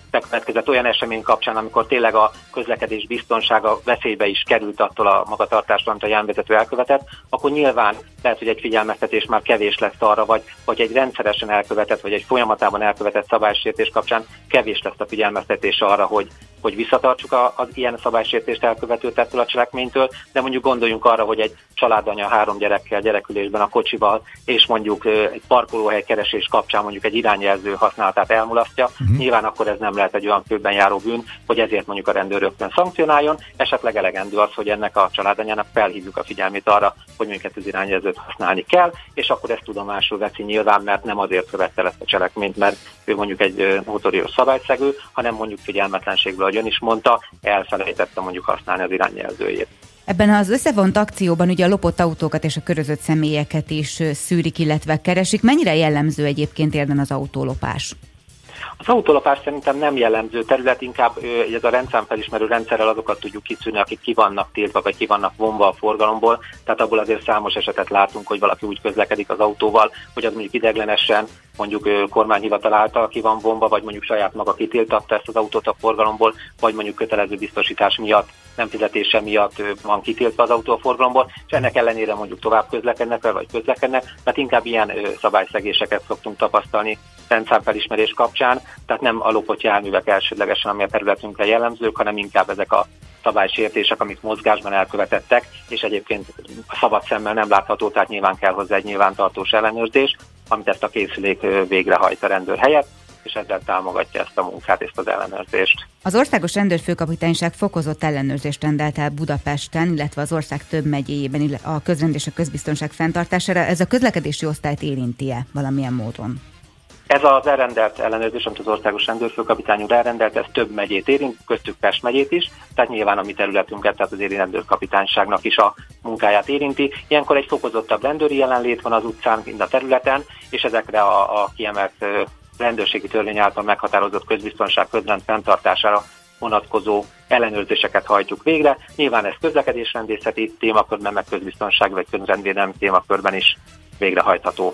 bekövetkezett olyan esemény kapcsán, amikor tényleg a közlekedés biztonsága veszélybe is került attól a magatartástól, amit a járművezető elkövetett, akkor nyilván lehet, hogy egy figyelmeztetés már kevés lesz arra, vagy, vagy egy rendszeresen elkövetett, vagy egy folyamatában elkövetett szabálysértés kapcsán kevés lesz a figyelmeztetés arra, hogy hogy visszatartsuk az ilyen szabálysértést elkövetőt ettől a cselekménytől, de mondjuk gondoljunk arra, hogy egy családanya három gyerekkel gyerekülésben a kocsival, és mondjuk egy parkolóhely keresés kapcsán mondjuk egy irányjelző használatát elmulasztja, uh-huh. nyilván akkor ez nem lehet egy olyan főben járó bűn, hogy ezért mondjuk a rendőr rögtön szankcionáljon, esetleg elegendő az, hogy ennek a családanyának felhívjuk a figyelmét arra, hogy mondjuk az irányjelzőt használni kell, és akkor ezt tudomásul veszi nyilván, mert nem azért követte ezt a cselekményt, mert ő mondjuk egy notórius szabályszegő, hanem mondjuk figyelmetlenségből, ahogy ön is mondta, elfelejtette mondjuk használni az irányjelzőjét. Ebben az összevont akcióban ugye a lopott autókat és a körözött személyeket is szűrik, illetve keresik. Mennyire jellemző egyébként érden az autólopás? Az autólopás szerintem nem jellemző terület, inkább ez a rendszámfelismerő rendszerrel azokat tudjuk kiszűrni, akik ki vannak tiltva, vagy ki vannak vonva a forgalomból. Tehát abból azért számos esetet látunk, hogy valaki úgy közlekedik az autóval, hogy az mondjuk ideiglenesen, mondjuk kormányhivatal által ki van vonva, vagy mondjuk saját maga kitiltatta ezt az autót a forgalomból, vagy mondjuk kötelező biztosítás miatt, nem fizetése miatt van kitiltva az autó a forgalomból, és ennek ellenére mondjuk tovább közlekednek, vagy közlekednek, tehát inkább ilyen szabályszegéseket szoktunk tapasztalni rendszámfelismerés kapcsán, tehát nem a lopott járművek elsődlegesen, ami a területünkre jellemzők, hanem inkább ezek a szabálysértések, amik mozgásban elkövetettek, és egyébként a szabad szemmel nem látható, tehát nyilván kell hozzá egy nyilvántartós ellenőrzés, amit ezt a készülék végrehajt a rendőr helyett, és ezzel támogatja ezt a munkát, ezt az ellenőrzést. Az Országos Rendőrfőkapitányság fokozott ellenőrzést rendelt el Budapesten, illetve az ország több megyéjében a közrend és a közbiztonság fenntartására. Ez a közlekedési osztályt érinti-e valamilyen módon? Ez az elrendelt ellenőrzés, amit az Országos Rendőrfőkapitány úr elrendelt, ez több megyét érint, köztük Pest megyét is, tehát nyilván a mi területünket, tehát az éri rendőrkapitányságnak is a munkáját érinti. Ilyenkor egy fokozottabb rendőri jelenlét van az utcán, mind a területen, és ezekre a, a kiemelt rendőrségi törvény által meghatározott közbiztonság, közrend fenntartására vonatkozó ellenőrzéseket hajtjuk végre. Nyilván ez közlekedésrendészeti témakörben, meg közbiztonság vagy közrendvédelmi témakörben is végrehajtható.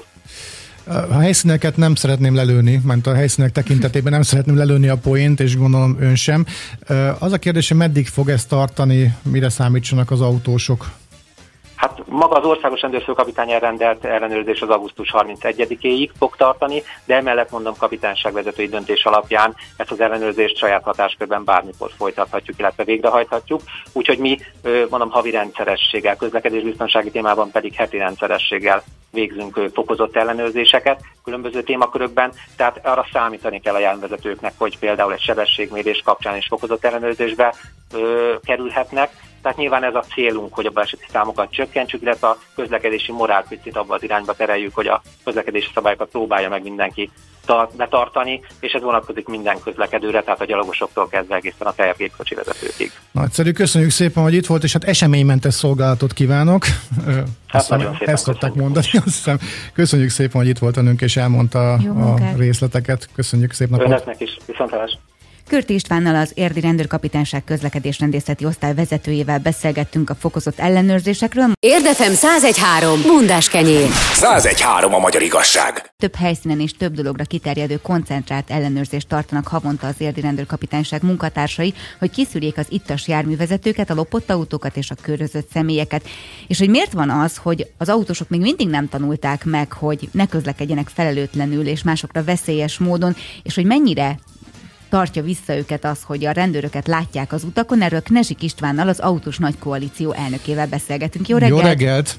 A helyszíneket nem szeretném lelőni, mert a helyszínek tekintetében nem szeretném lelőni a poént, és gondolom ön sem. Az a kérdés, hogy meddig fog ezt tartani, mire számítsanak az autósok? Hát maga az Országos Rendőrfőkapitány elrendelt ellenőrzés az augusztus harmincegyedikéig fog tartani, de emellett mondom kapitányságvezetői döntés alapján ezt az ellenőrzést saját hatáskörben bármikor folytathatjuk, illetve végrehajthatjuk. Úgyhogy mi mondom havi rendszerességgel, közlekedésbiztonsági témában pedig heti rendszerességgel végzünk fokozott ellenőrzéseket különböző témakörökben, tehát arra számítani kell a járművezetőknek, hogy például egy sebességmérés kapcsán is fokozott ellenőrzésbe ö, kerülhetnek. Tehát nyilván ez a célunk, hogy a baleseti számokat csökkentsük, illetve a közlekedési morált picit abba az irányba tereljük, hogy a közlekedési szabályokat próbálja meg mindenki betartani, és ez vonatkozik minden közlekedőre, tehát a gyalogosoktól kezdve egészen a tehergépkocsi vezetőkig. Nagyszerű, köszönjük szépen, hogy itt volt, és hát eseménymentes szolgálatot kívánok. Hát ezt ezt szokták mondani, azt hiszem. Köszönjük szépen, hogy itt volt önünk, és elmondta a részleteket. Köszönjük szép napot. Önöknek is, viszontlátásra. Kürti Istvánnal, az Érdi Rendőrkapitányság közlekedésrendészeti osztály vezetőjével beszélgettünk a fokozott ellenőrzésekről. Érdefem száz egy három. Bundás kenyér. száz egy három a magyar igazság. Több helyszínen és több dologra kiterjedő koncentrált ellenőrzést tartanak havonta az Érdi Rendőrkapitányság munkatársai, hogy kiszűrjék az ittas járművezetőket, a lopott autókat és a körözött személyeket. És hogy miért van az, hogy az autósok még mindig nem tanulták meg, hogy ne közlekedjenek felelőtlenül és másokra veszélyes módon, és hogy mennyire tartja vissza őket az, hogy a rendőröket látják az utakon. Erről Knesik Istvánnal, az Autós Nagy Koalíció elnökével beszélgetünk. Jó reggelt! Jó reggelt!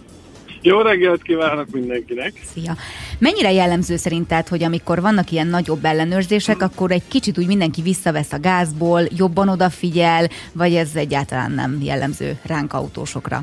Jó reggelt kívánok mindenkinek! Szia! Mennyire jellemző szerinted, hogy amikor vannak ilyen nagyobb ellenőrzések, akkor egy kicsit úgy mindenki visszavesz a gázból, jobban odafigyel, vagy ez egyáltalán nem jellemző ránk autósokra?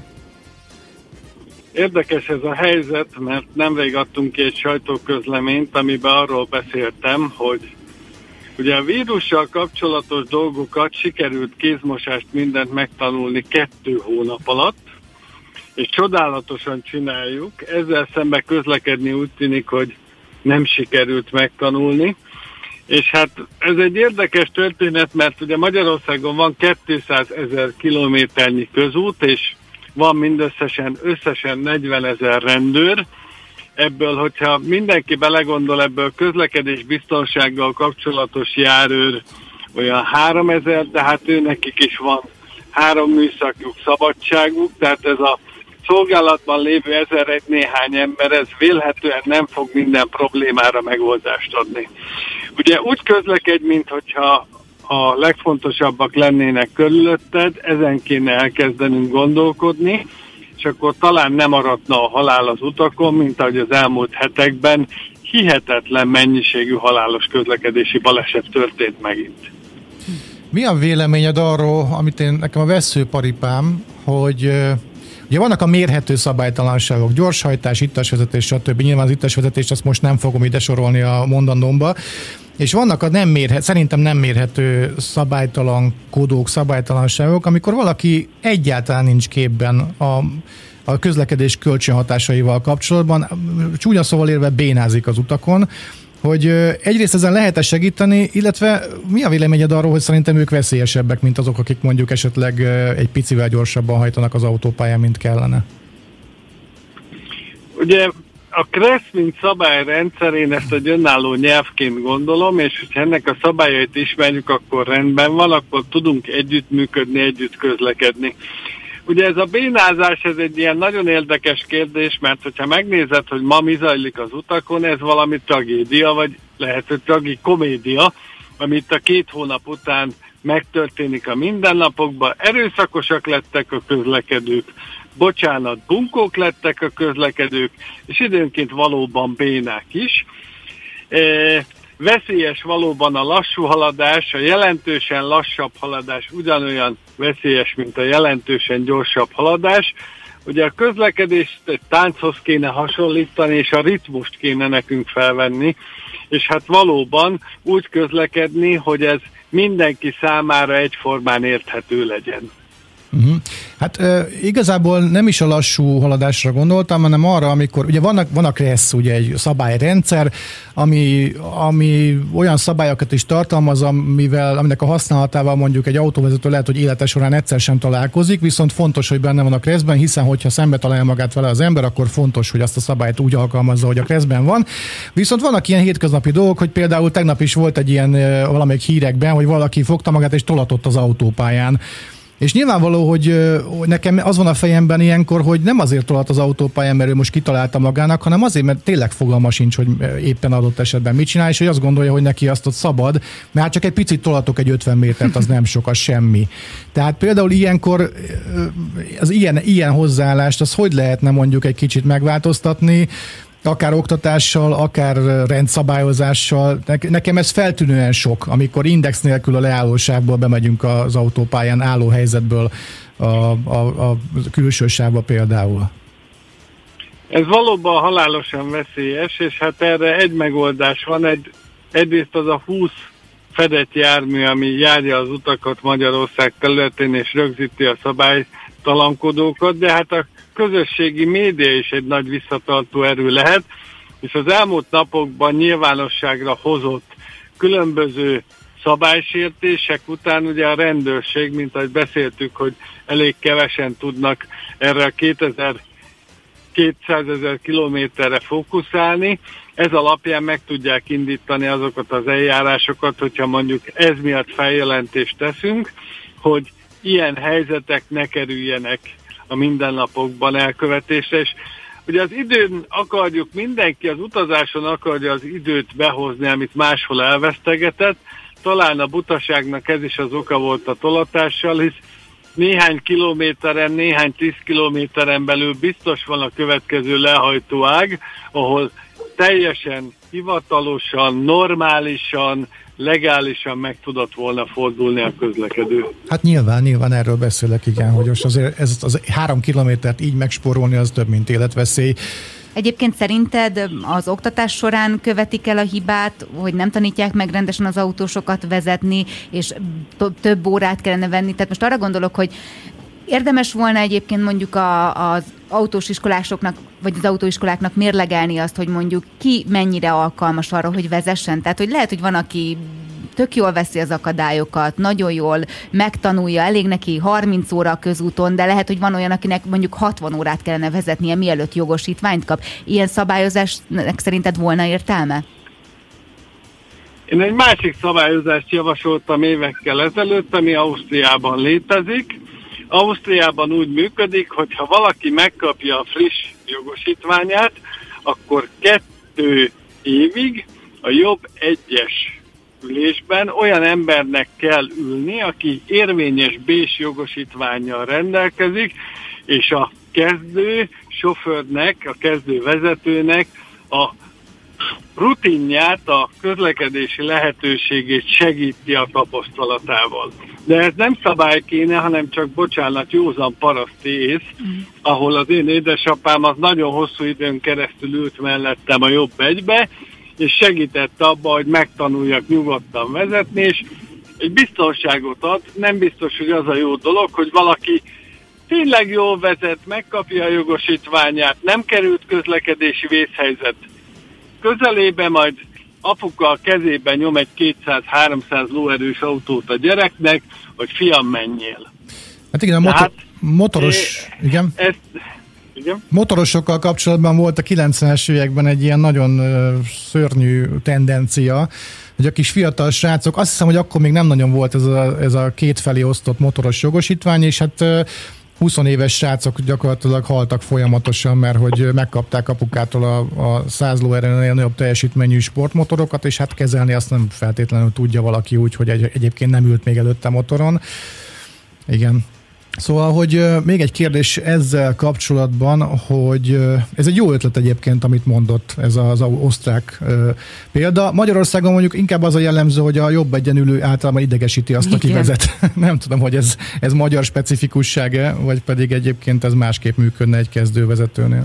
Érdekes ez a helyzet, mert nemrég adtunk ki egy sajtóközleményt, amiben arról beszéltem, hogy ugye a vírussal kapcsolatos dolgokat sikerült kézmosást mindent megtanulni kettő hónap alatt, és csodálatosan csináljuk. Ezzel szemben közlekedni úgy tűnik, hogy nem sikerült megtanulni. És hát ez egy érdekes történet, mert ugye Magyarországon van kétszázezer kilométernyi közút, és van mindösszesen összesen negyvenezer rendőr, ebből, hogyha mindenki belegondol, ebből közlekedés biztonsággal kapcsolatos járőr olyan háromezer, de hát ő nekik is van három műszakjuk, szabadságuk, tehát ez a szolgálatban lévő ezer néhány ember, ez vélhetően nem fog minden problémára megoldást adni. Ugye úgy közlekedj, mint hogyha a legfontosabbak lennének körülötted, ezen kéne elkezdenünk gondolkodni, és akkor talán nem maradna a halál az utakon, mint ahogy az elmúlt hetekben hihetetlen mennyiségű halálos közlekedési baleset történt megint. Mi a véleményed arról, amit én, nekem a vesszőparipám, hogy ugye vannak a mérhető szabálytalanságok, gyorshajtás, ittasvezetés, stb. Nyilván az ittasvezetést azt most nem fogom ide sorolni a mondandómba, és vannak a nem mérhet, szerintem nem mérhető szabálytalankodók, szabálytalanságok, amikor valaki egyáltalán nincs képben a, a közlekedés kölcsönhatásaival kapcsolatban, csúnya szóval érve bénázik az utakon, hogy egyrészt ezen lehet-e segíteni, illetve mi a véleményed arról, hogy szerintem ők veszélyesebbek, mint azok, akik mondjuk esetleg egy picivel gyorsabban hajtanak az autópályán, mint kellene? Ugye a KRESZ, mint szabályrendszer, én ezt egy önálló nyelvként gondolom, és hogyha ennek a szabályait ismerjük, akkor rendben van, akkor tudunk együttműködni, együtt közlekedni. Ugye ez a bénázás, ez egy ilyen nagyon érdekes kérdés, mert hogyha megnézed, hogy ma mi zajlik az utakon, ez valami tragédia, vagy lehet, hogy tragikomédia, amit a két hónap után megtörténik a mindennapokban. Erőszakosak lettek a közlekedők, bocsánat, bunkók lettek a közlekedők, és időnként valóban bénák is. E, veszélyes valóban a lassú haladás, a jelentősen lassabb haladás ugyanolyan veszélyes, mint a jelentősen gyorsabb haladás. Ugye a közlekedést egy tánchoz kéne hasonlítani, és a ritmust kéne nekünk felvenni, és hát valóban úgy közlekedni, hogy ez mindenki számára egyformán érthető legyen. Uh-huh. Hát e, igazából nem is a lassú haladásra gondoltam, hanem arra, amikor ugye vannak, van a KRESZ, ugye egy szabályrendszer, ami, ami olyan szabályokat is tartalmaz, amivel, aminek a használatával mondjuk egy autóvezető lehet, hogy élete során egyszer sem találkozik, viszont fontos, hogy benne van a KRESZ-ben, hiszen hogyha szembe találja magát vele az ember, akkor fontos, hogy azt a szabályt úgy alkalmazza, hogy a KRESZ-ben van. Viszont vannak ilyen hétköznapi dolgok, hogy például tegnap is volt egy ilyen valamelyik hírekben, hogy valaki fogta magát és tolatott az autópályán. És nyilvánvaló, hogy nekem az van a fejemben ilyenkor, hogy nem azért tolat az autópályán, mert ő most kitalálta magának, hanem azért, mert tényleg fogalma sincs, hogy éppen adott esetben mit csinál, és hogy azt gondolja, hogy neki azt ott szabad, mert hát csak egy picit tolatok egy ötven métert, az nem sok, az semmi. Tehát például ilyenkor az ilyen, ilyen hozzáállást, az hogy lehetne mondjuk egy kicsit megváltoztatni, akár oktatással, akár rendszabályozással. Nekem ez feltűnően sok, amikor index nélkül a leállóságból bemegyünk az autópályán álló helyzetből a, a, a külső sávba például. Ez valóban halálosan veszélyes, és hát erre egy megoldás van. Egy, egyrészt az a húsz fedett jármű, ami járja az utakat Magyarország területén, és rögzíti a szabálytalankodókat, de hát a közösségi média is egy nagy visszatartó erő lehet, és az elmúlt napokban nyilvánosságra hozott különböző szabálysértések után ugye a rendőrség, mint ahogy beszéltük, hogy elég kevesen tudnak erre a kétezer-kétszázezer kilométerre fókuszálni, ez alapján meg tudják indítani azokat az eljárásokat, hogyha mondjuk ez miatt feljelentést teszünk, hogy ilyen helyzetek ne kerüljenek a mindennapokban elkövetésre, és ugye az időn akarjuk, mindenki az utazáson akarja az időt behozni, amit máshol elvesztegetett, talán a butaságnak ez is az oka volt a tolatással, hisz néhány kilométeren, néhány tíz kilométeren belül biztos van a következő lehajtóág, ahol teljesen hivatalosan, normálisan, legálisan meg tudott volna fordulni a közlekedő. Hát nyilván, nyilván erről beszélek, igen, hogy most azért ez az három kilométert így megspórolni, az több, mint életveszély. Egyébként szerinted az oktatás során követik el a hibát, hogy nem tanítják meg rendesen az autósokat vezetni, és több órát kellene venni? Tehát most arra gondolok, hogy érdemes volna egyébként mondjuk a, az autós iskolásoknak, vagy az autóiskoláknak mérlegelni azt, hogy mondjuk ki mennyire alkalmas arra, hogy vezessen. Tehát, hogy lehet, hogy van, aki tök jól veszi az akadályokat, nagyon jól megtanulja, elég neki harminc óra a közúton, de lehet, hogy van olyan, akinek mondjuk hatvan órát kellene vezetnie, mielőtt jogosítványt kap. Ilyen szabályozásnak szerinted volna értelme? Én egy másik szabályozást javasoltam évekkel ezelőtt, ami Ausztriában létezik. Ausztriában úgy működik, hogy ha valaki megkapja a friss jogosítványát, akkor kettő évig a jobb egyes ülésben olyan embernek kell ülni, aki érvényes bés jogosítvánnyal rendelkezik, és a kezdő sofőrnek, a kezdő vezetőnek a rutinját, a közlekedési lehetőségét segíti a tapasztalatával. De ez nem szabály kéne, hanem csak, bocsánat, józan paraszti ész, mm. ahol az én édesapám az nagyon hosszú időn keresztül ült mellettem a jobb egybe, és segített abba, hogy megtanuljak nyugodtan vezetni, és egy biztonságot ad. Nem biztos, hogy az a jó dolog, hogy valaki tényleg jól vezet, megkapja a jogosítványát, nem került közlekedési vészhelyzet közelébe, majd apuka a kezében nyom egy kétszáz-háromszáz lóerős autót a gyereknek, hogy fiam, menjél. Hát igen, a motor, hát, motoros, é, igen. Ezt, igen. Motorosokkal kapcsolatban volt a kilencvenes években egy ilyen nagyon uh, szörnyű tendencia, hogy a kis fiatal srácok, azt hiszem, hogy akkor még nem nagyon volt ez a, ez a kétfelé osztott motoros jogosítvány, és hát uh, húsz éves srácok gyakorlatilag haltak folyamatosan, mert hogy megkapták apukától a, a száz lóerőnél nagyobb teljesítményű sportmotorokat, és hát kezelni azt nem feltétlenül tudja valaki úgy, hogy egy, egyébként nem ült még előtte motoron. Igen. Szóval, hogy még egy kérdés ezzel kapcsolatban, hogy ez egy jó ötlet egyébként, amit mondott ez az osztrák példa. Magyarországon mondjuk inkább az a jellemző, hogy a jobb egyenülő általában idegesíti azt, aki vezet. Nem tudom, hogy ez, ez magyar specifikussága, vagy pedig egyébként ez másképp működne egy kezdővezetőnél.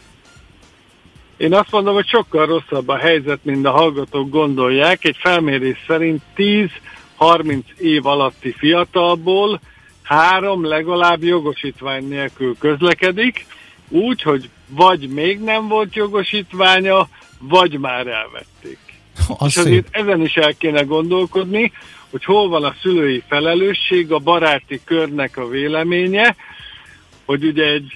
Én azt mondom, hogy sokkal rosszabb a helyzet, mint a hallgatók gondolják. Egy felmérés szerint tíz-harminc év alatti fiatalból három legalább jogosítvány nélkül közlekedik, úgy, hogy vagy még nem volt jogosítványa, vagy már elvették. Az és azért szép. Ezen is el kéne gondolkodni, hogy hol van a szülői felelősség, a baráti körnek a véleménye, hogy ugye egy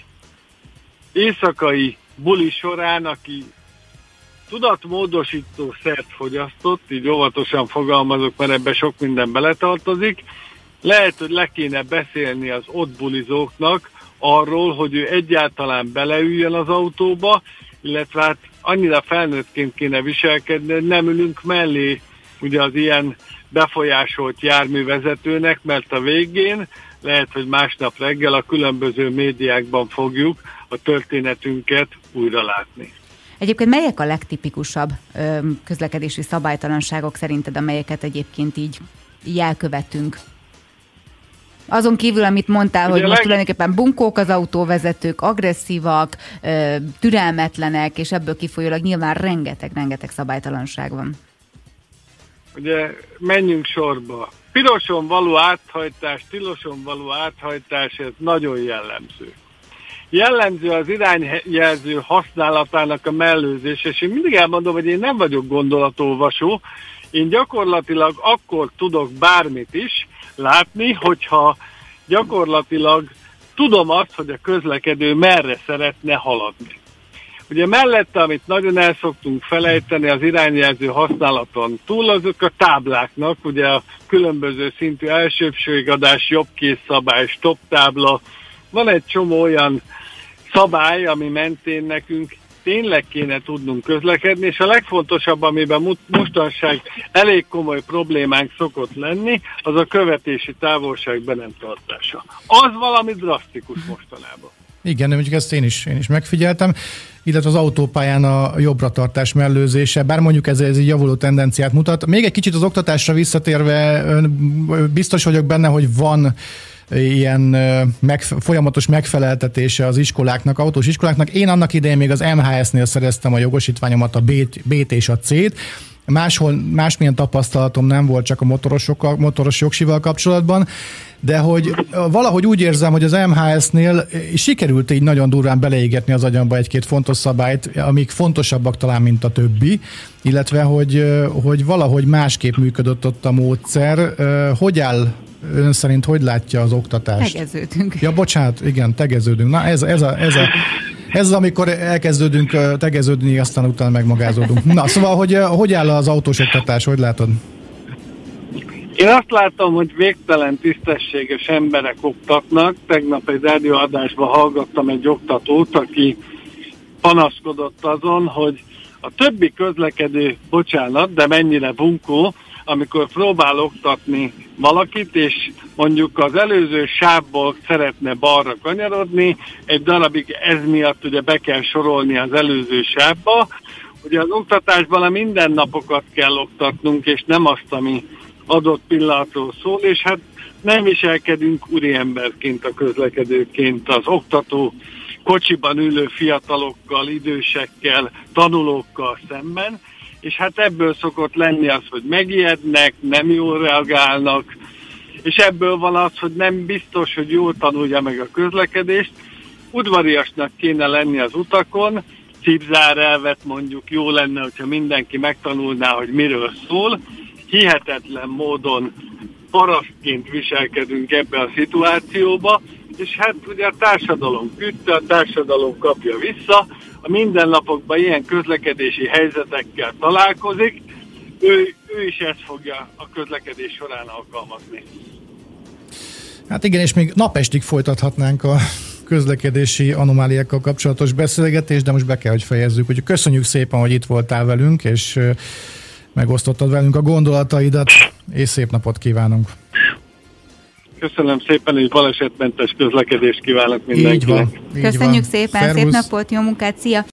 éjszakai buli során, aki tudatmódosító szert fogyasztott, így óvatosan fogalmazok, mert ebbe sok minden beletartozik, lehet, hogy le kéne beszélni az ott bulizóknak arról, hogy ő egyáltalán beleüljön az autóba, illetve hát annyira felnőttként kéne viselkedni, hogy nem ülünk mellé ugye az ilyen befolyásolt járművezetőnek, mert a végén lehet, hogy másnap reggel a különböző médiákban fogjuk a történetünket újra látni. Egyébként melyek a legtipikusabb ö, közlekedési szabálytalanságok szerinted, amelyeket egyébként így, így elkövetünk? Azon kívül, amit mondtál, ugye hogy most leg... tulajdonképpen bunkók az autóvezetők, agresszívak, ö, türelmetlenek, és ebből kifolyólag nyilván rengeteg-rengeteg szabálytalanság van. Ugye menjünk sorba. Piroson való áthajtás, tiloson való áthajtás, ez nagyon jellemző. Jellemző az irányjelző használatának a mellőzés, és én mindig elmondom, hogy én nem vagyok gondolatolvasó, én gyakorlatilag akkor tudok bármit is látni, hogyha gyakorlatilag tudom azt, hogy a közlekedő merre szeretne haladni. Ugye mellette, amit nagyon el szoktunk felejteni az irányjelző használaton túl, azok a tábláknak, ugye a különböző szintű elsőbségadás, jobbkészszabály, stop tábla, van egy csomó olyan szabály, ami mentén nekünk tényleg kéne tudnunk közlekedni, és a legfontosabb, amiben mostanság elég komoly problémánk szokott lenni, az a követési távolság be nem tartása. Az valami drasztikus mostanában. Igen, mondjuk ezt én is, én is megfigyeltem, illetve az autópályán a jobbra-tartás mellőzése, bár mondjuk ez, ez egy javuló tendenciát mutat. Még egy kicsit az oktatásra visszatérve, biztos vagyok benne, hogy van ilyen meg, folyamatos megfeleltetése az iskoláknak, autós iskoláknak. Én annak idején még az em há es-nél szereztem a jogosítványomat, a B-t és a C-t, máshol, másmilyen tapasztalatom nem volt csak a motorosokkal, motoros jogsival kapcsolatban, de hogy valahogy úgy érzem, hogy az em há es-nél sikerült így nagyon durván beleégetni az agyamba egy-két fontos szabályt, amik fontosabbak talán, mint a többi, illetve hogy, hogy valahogy másképp működött ott a módszer. Hogy áll ön szerint, hogy látja az oktatást? Tegeződünk. Ja, bocsánat, igen, tegeződünk. Na ez, ez, a, ez, a, ez az, amikor elkezdődünk tegeződni, aztán utána megmagázódunk. Na, szóval, hogy, hogy áll az autós oktatás, hogy látod? Én azt látom, hogy végtelen tisztességes emberek oktatnak. Tegnap egy rádióadásban hallgattam egy oktatót, aki panaszkodott azon, hogy a többi közlekedő, bocsánat, de mennyire bunkó, amikor próbál oktatni valakit, és mondjuk az előző sávból szeretne balra kanyarodni, egy darabig ez miatt ugye be kell sorolni az előző sávba. Ugye az oktatásban a mindennapokat kell oktatnunk, és nem azt, ami adott pillanatról szól, és hát nem viselkedünk úriemberként, a közlekedőként, az oktató kocsiban ülő fiatalokkal, idősekkel, tanulókkal szemben, és hát ebből szokott lenni az, hogy megijednek, nem jól reagálnak, és ebből van az, hogy nem biztos, hogy jól tanulja meg a közlekedést. Udvariasnak kéne lenni az utakon, cipzárelvet mondjuk jó lenne, hogyha mindenki megtanulná, hogy miről szól. Hihetetlen módon parasztként viselkedünk ebbe a szituációba, és hát ugye a társadalom küldte, a társadalom kapja vissza, a mindennapokban ilyen közlekedési helyzetekkel találkozik, ő, ő is ezt fogja a közlekedés során alkalmazni. Hát igen, és még napestig folytathatnánk a közlekedési anomáliákkal kapcsolatos beszélgetést, de most be kell, hogy fejezzük. Úgyhogy köszönjük szépen, hogy itt voltál velünk, és megosztottad velünk a gondolataidat, és szép napot kívánunk! Köszönöm szépen, és balesetmentes közlekedést kívánok mindenkinek. Így van. Így Köszönjük van. szépen, Szervusz. szép napot, jó munkát, szia!